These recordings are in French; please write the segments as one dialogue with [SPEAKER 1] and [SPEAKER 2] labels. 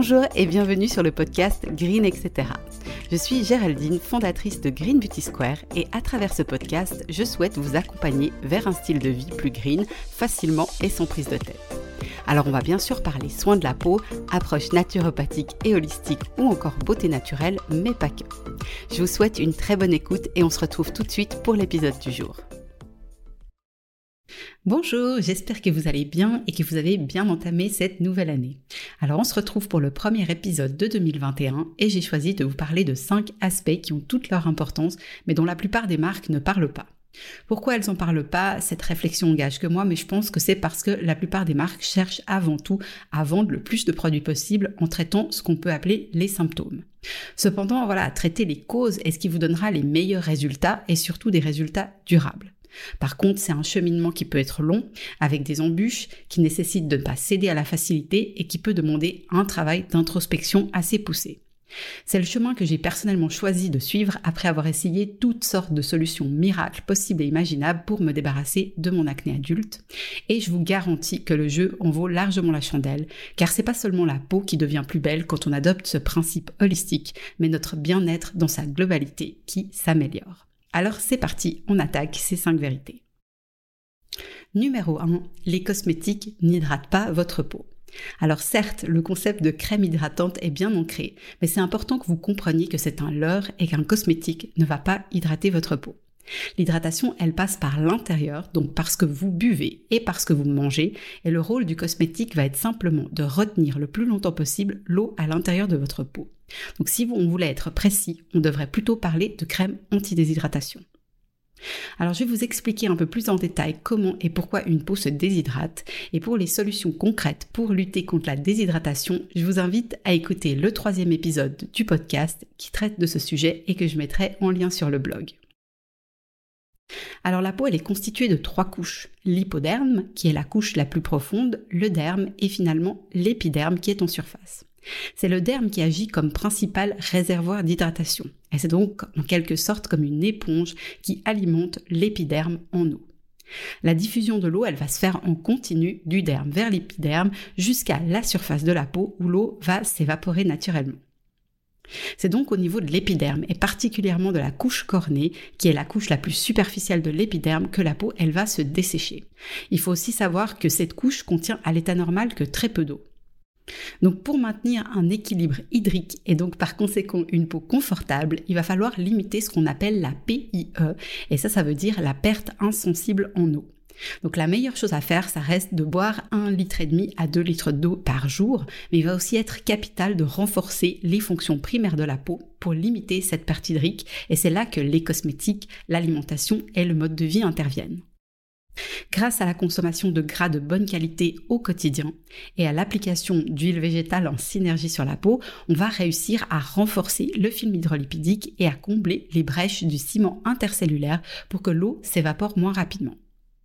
[SPEAKER 1] Bonjour et bienvenue sur le podcast Green etc. Je suis Géraldine, fondatrice de Green Beauty Square et à travers ce podcast, je souhaite vous accompagner vers un style de vie plus green, facilement et sans prise de tête. Alors on va bien sûr parler soins de la peau, approche naturopathique et holistique ou encore beauté naturelle, mais pas que. Je vous souhaite une très bonne écoute et on se retrouve tout de suite pour l'épisode du jour. Bonjour, j'espère que vous allez bien et que vous avez bien entamé cette nouvelle année. Alors on se retrouve pour le premier épisode de 2021 et j'ai choisi de vous parler de 5 aspects qui ont toute leur importance mais dont la plupart des marques ne parlent pas. Pourquoi elles n'en parlent pas? Cette réflexion engage que moi, mais je pense que c'est parce que la plupart des marques cherchent avant tout à vendre le plus de produits possible en traitant ce qu'on peut appeler les symptômes. Cependant, traiter les causes est ce qui vous donnera les meilleurs résultats et surtout des résultats durables. Par contre, c'est un cheminement qui peut être long, avec des embûches, qui nécessite de ne pas céder à la facilité et qui peut demander un travail d'introspection assez poussé. C'est le chemin que j'ai personnellement choisi de suivre après avoir essayé toutes sortes de solutions miracles possibles et imaginables pour me débarrasser de mon acné adulte. Et je vous garantis que le jeu en vaut largement la chandelle, car c'est pas seulement la peau qui devient plus belle quand on adopte ce principe holistique, mais notre bien-être dans sa globalité qui s'améliore. Alors c'est parti, on attaque ces 5 vérités. Numéro 1, les cosmétiques n'hydratent pas votre peau. Alors certes, le concept de crème hydratante est bien ancré, mais c'est important que vous compreniez que c'est un leurre et qu'un cosmétique ne va pas hydrater votre peau. L'hydratation, elle passe par l'intérieur, donc par ce que vous buvez et par ce que vous mangez, et le rôle du cosmétique va être simplement de retenir le plus longtemps possible l'eau à l'intérieur de votre peau. Donc si on voulait être précis, on devrait plutôt parler de crème anti-déshydratation. Alors je vais vous expliquer un peu plus en détail comment et pourquoi une peau se déshydrate, et pour les solutions concrètes pour lutter contre la déshydratation, je vous invite à écouter le 3e épisode du podcast qui traite de ce sujet et que je mettrai en lien sur le blog. Alors la peau, elle est constituée de 3 couches. L'hypoderme, qui est la couche la plus profonde, le derme et finalement l'épiderme qui est en surface. C'est le derme qui agit comme principal réservoir d'hydratation. Et c'est donc en quelque sorte comme une éponge qui alimente l'épiderme en eau. La diffusion de l'eau, elle va se faire en continu du derme vers l'épiderme jusqu'à la surface de la peau où l'eau va s'évaporer naturellement. C'est donc au niveau de l'épiderme et particulièrement de la couche cornée, qui est la couche la plus superficielle de l'épiderme, que la peau elle va se dessécher. Il faut aussi savoir que cette couche contient à l'état normal que très peu d'eau. Donc pour maintenir un équilibre hydrique et donc par conséquent une peau confortable, il va falloir limiter ce qu'on appelle la PIE et ça veut dire la perte insensible en eau. Donc la meilleure chose à faire, ça reste de boire 1,5 litre à 2 litres d'eau par jour, mais il va aussi être capital de renforcer les fonctions primaires de la peau pour limiter cette perte hydrique, et c'est là que les cosmétiques, l'alimentation et le mode de vie interviennent. Grâce à la consommation de gras de bonne qualité au quotidien et à l'application d'huile végétale en synergie sur la peau, on va réussir à renforcer le film hydrolipidique et à combler les brèches du ciment intercellulaire pour que l'eau s'évapore moins rapidement.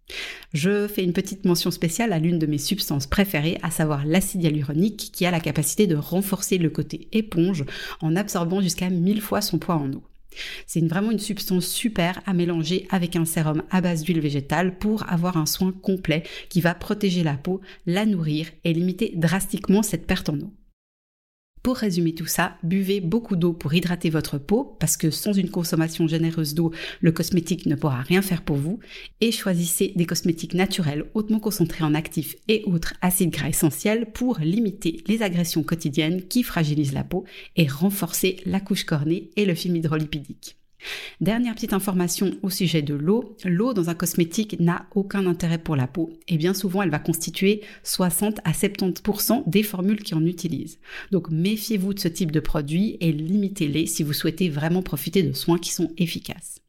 [SPEAKER 1] Je fais une petite mention spéciale à l'une de mes substances préférées, à savoir l'acide hyaluronique, qui a la capacité de renforcer le côté éponge en absorbant jusqu'à 1000 fois son poids en eau. C'est vraiment une substance super à mélanger avec un sérum à base d'huile végétale pour avoir un soin complet qui va protéger la peau, la nourrir et limiter drastiquement cette perte en eau. Pour résumer tout ça, buvez beaucoup d'eau pour hydrater votre peau, parce que sans une consommation généreuse d'eau, le cosmétique ne pourra rien faire pour vous, et choisissez des cosmétiques naturels hautement concentrés en actifs et autres acides gras essentiels pour limiter les agressions quotidiennes qui fragilisent la peau et renforcer la couche cornée et le film hydrolipidique. Dernière petite information au sujet de l'eau. L'eau dans un cosmétique n'a aucun intérêt pour la peau et bien souvent elle va constituer 60 à 70% des formules qui en utilisent. Donc méfiez-vous de ce type de produits et limitez-les si vous souhaitez vraiment profiter de soins qui sont efficaces.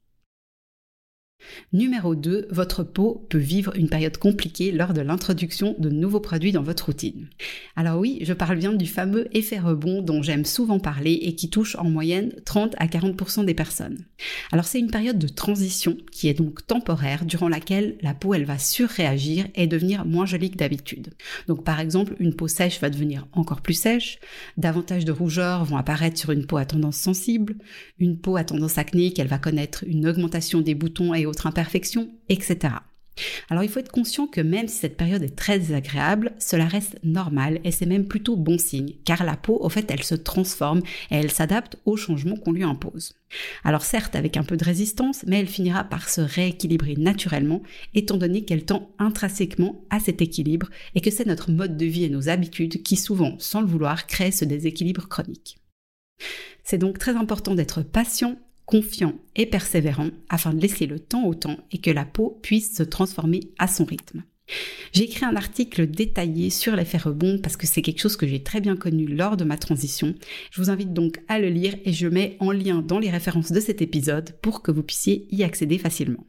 [SPEAKER 1] Numéro 2, votre peau peut vivre une période compliquée lors de l'introduction de nouveaux produits dans votre routine. Alors oui, je parle bien du fameux effet rebond dont j'aime souvent parler et qui touche en moyenne 30 à 40% des personnes. Alors c'est une période de transition qui est donc temporaire durant laquelle la peau elle va surréagir et devenir moins jolie que d'habitude. Donc par exemple, une peau sèche va devenir encore plus sèche, davantage de rougeurs vont apparaître sur une peau à tendance sensible, une peau à tendance acnéique elle va connaître une augmentation des boutons et autres imperfections, etc. Alors il faut être conscient que même si cette période est très désagréable, cela reste normal et c'est même plutôt bon signe, car la peau, au fait, elle se transforme et elle s'adapte aux changements qu'on lui impose. Alors certes, avec un peu de résistance, mais elle finira par se rééquilibrer naturellement, étant donné qu'elle tend intrinsèquement à cet équilibre et que c'est notre mode de vie et nos habitudes qui souvent, sans le vouloir, créent ce déséquilibre chronique. C'est donc très important d'être patient, confiant et persévérant afin de laisser le temps au temps et que la peau puisse se transformer à son rythme. J'ai écrit un article détaillé sur l'effet rebond parce que c'est quelque chose que j'ai très bien connu lors de ma transition. Je vous invite donc à le lire et je mets en lien dans les références de cet épisode pour que vous puissiez y accéder facilement.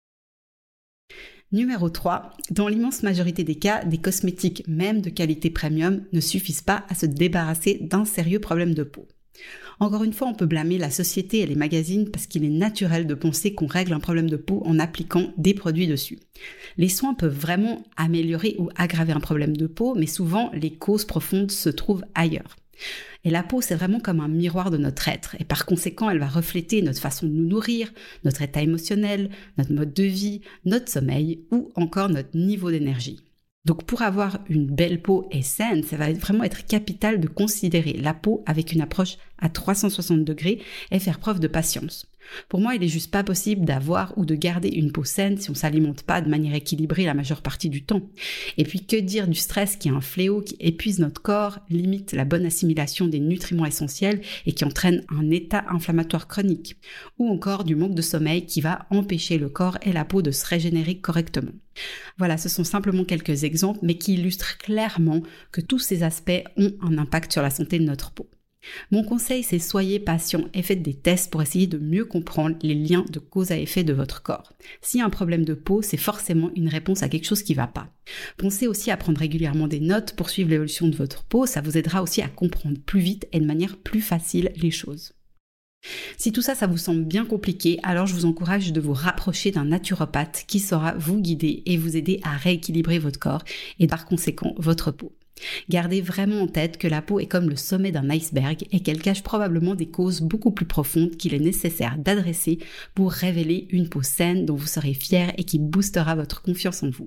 [SPEAKER 1] Numéro 3, dans l'immense majorité des cas, des cosmétiques, même de qualité premium, ne suffisent pas à se débarrasser d'un sérieux problème de peau. Encore une fois, on peut blâmer la société et les magazines parce qu'il est naturel de penser qu'on règle un problème de peau en appliquant des produits dessus. Les soins peuvent vraiment améliorer ou aggraver un problème de peau, mais souvent les causes profondes se trouvent ailleurs. Et la peau, c'est vraiment comme un miroir de notre être, et par conséquent, elle va refléter notre façon de nous nourrir, notre état émotionnel, notre mode de vie, notre sommeil ou encore notre niveau d'énergie. Donc pour avoir une belle peau et saine, ça va vraiment être capital de considérer la peau avec une approche à 360 degrés et faire preuve de patience. Pour moi, il est juste pas possible d'avoir ou de garder une peau saine si on s'alimente pas de manière équilibrée la majeure partie du temps. Et puis que dire du stress qui est un fléau qui épuise notre corps, limite la bonne assimilation des nutriments essentiels et qui entraîne un état inflammatoire chronique. Ou encore du manque de sommeil qui va empêcher le corps et la peau de se régénérer correctement. Voilà, ce sont simplement quelques exemples, mais qui illustrent clairement que tous ces aspects ont un impact sur la santé de notre peau. Mon conseil, c'est soyez patient et faites des tests pour essayer de mieux comprendre les liens de cause à effet de votre corps. S'il y a un problème de peau, c'est forcément une réponse à quelque chose qui ne va pas. Pensez aussi à prendre régulièrement des notes pour suivre l'évolution de votre peau, ça vous aidera aussi à comprendre plus vite et de manière plus facile les choses. Si tout ça, ça vous semble bien compliqué, alors je vous encourage de vous rapprocher d'un naturopathe qui saura vous guider et vous aider à rééquilibrer votre corps et par conséquent votre peau. Gardez vraiment en tête que la peau est comme le sommet d'un iceberg et qu'elle cache probablement des causes beaucoup plus profondes qu'il est nécessaire d'adresser pour révéler une peau saine dont vous serez fier et qui boostera votre confiance en vous.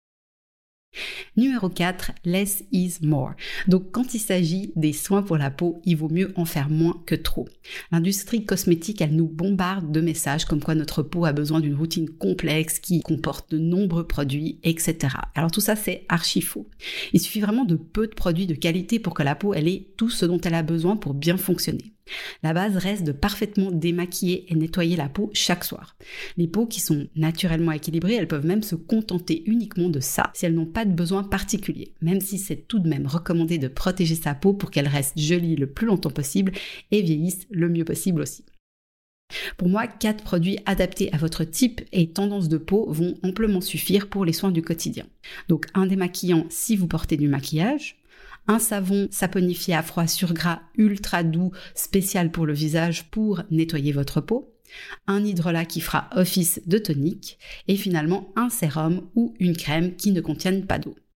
[SPEAKER 1] Numéro 4, less is more. Donc quand il s'agit des soins pour la peau, il vaut mieux en faire moins que trop. L'industrie cosmétique, elle nous bombarde de messages comme quoi notre peau a besoin d'une routine complexe qui comporte de nombreux produits, etc. Alors tout ça, c'est archi faux. Il suffit vraiment de peu de produits de qualité pour que la peau, elle ait tout ce dont elle a besoin pour bien fonctionner. La base reste de parfaitement démaquiller et nettoyer la peau chaque soir. Les peaux qui sont naturellement équilibrées, elles peuvent même se contenter uniquement de ça si elles n'ont pas de besoin particulier, même si c'est tout de même recommandé de protéger sa peau pour qu'elle reste jolie le plus longtemps possible et vieillisse le mieux possible aussi. Pour moi, 4 produits adaptés à votre type et tendance de peau vont amplement suffire pour les soins du quotidien. Donc un démaquillant si vous portez du maquillage, un savon saponifié à froid sur gras ultra doux spécial pour le visage pour nettoyer votre peau, un hydrolat qui fera office de tonique et finalement un sérum ou une crème qui ne contiennent pas d'eau.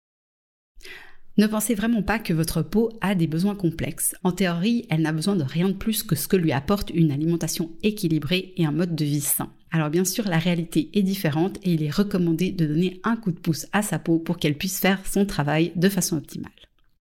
[SPEAKER 1] Ne pensez vraiment pas que votre peau a des besoins complexes. En théorie, elle n'a besoin de rien de plus que ce que lui apporte une alimentation équilibrée et un mode de vie sain. Alors bien sûr, la réalité est différente et il est recommandé de donner un coup de pouce à sa peau pour qu'elle puisse faire son travail de façon optimale.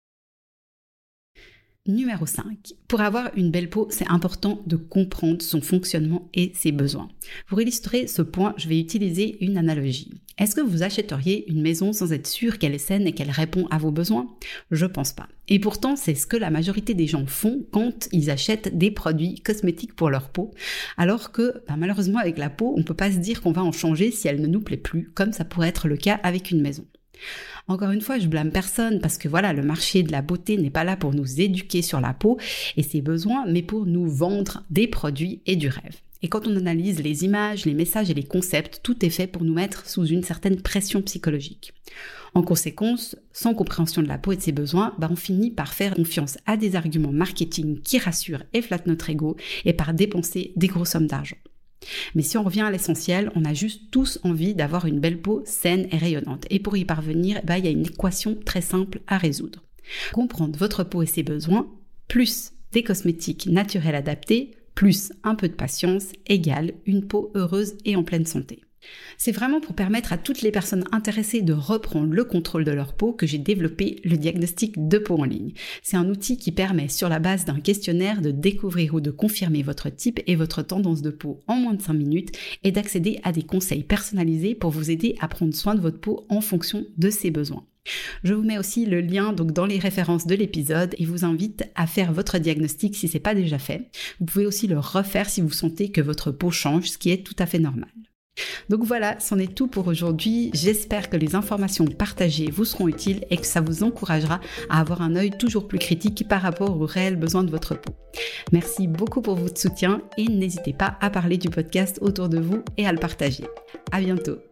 [SPEAKER 1] Numéro 5. Pour avoir une belle peau, c'est important de comprendre son fonctionnement et ses besoins. Pour illustrer ce point, je vais utiliser une analogie. Est-ce que vous achèteriez une maison sans être sûr qu'elle est saine et qu'elle répond à vos besoins ? Je pense pas. Et pourtant, c'est ce que la majorité des gens font quand ils achètent des produits cosmétiques pour leur peau. Alors que, malheureusement, avec la peau, on peut pas se dire qu'on va en changer si elle ne nous plaît plus, comme ça pourrait être le cas avec une maison. Encore une fois, je blâme personne parce que voilà, le marché de la beauté n'est pas là pour nous éduquer sur la peau et ses besoins, mais pour nous vendre des produits et du rêve. Et quand on analyse les images, les messages et les concepts, tout est fait pour nous mettre sous une certaine pression psychologique. En conséquence, sans compréhension de la peau et de ses besoins, on finit par faire confiance à des arguments marketing qui rassurent et flattent notre ego et par dépenser des grosses sommes d'argent. Mais si on revient à l'essentiel, on a juste tous envie d'avoir une belle peau saine et rayonnante. Et pour y parvenir, il y a une équation très simple à résoudre. Comprendre votre peau et ses besoins, plus des cosmétiques naturels adaptés, plus un peu de patience, égale une peau heureuse et en pleine santé. C'est vraiment pour permettre à toutes les personnes intéressées de reprendre le contrôle de leur peau que j'ai développé le diagnostic de peau en ligne. C'est un outil qui permet, sur la base d'un questionnaire, de découvrir ou de confirmer votre type et votre tendance de peau en moins de 5 minutes et d'accéder à des conseils personnalisés pour vous aider à prendre soin de votre peau en fonction de ses besoins. Je vous mets aussi le lien dans les références de l'épisode et vous invite à faire votre diagnostic si ce n'est pas déjà fait. Vous pouvez aussi le refaire si vous sentez que votre peau change, ce qui est tout à fait normal. Donc voilà, c'en est tout pour aujourd'hui. J'espère que les informations partagées vous seront utiles et que ça vous encouragera à avoir un œil toujours plus critique par rapport aux réels besoins de votre peau. Merci beaucoup pour votre soutien et n'hésitez pas à parler du podcast autour de vous et à le partager. À bientôt.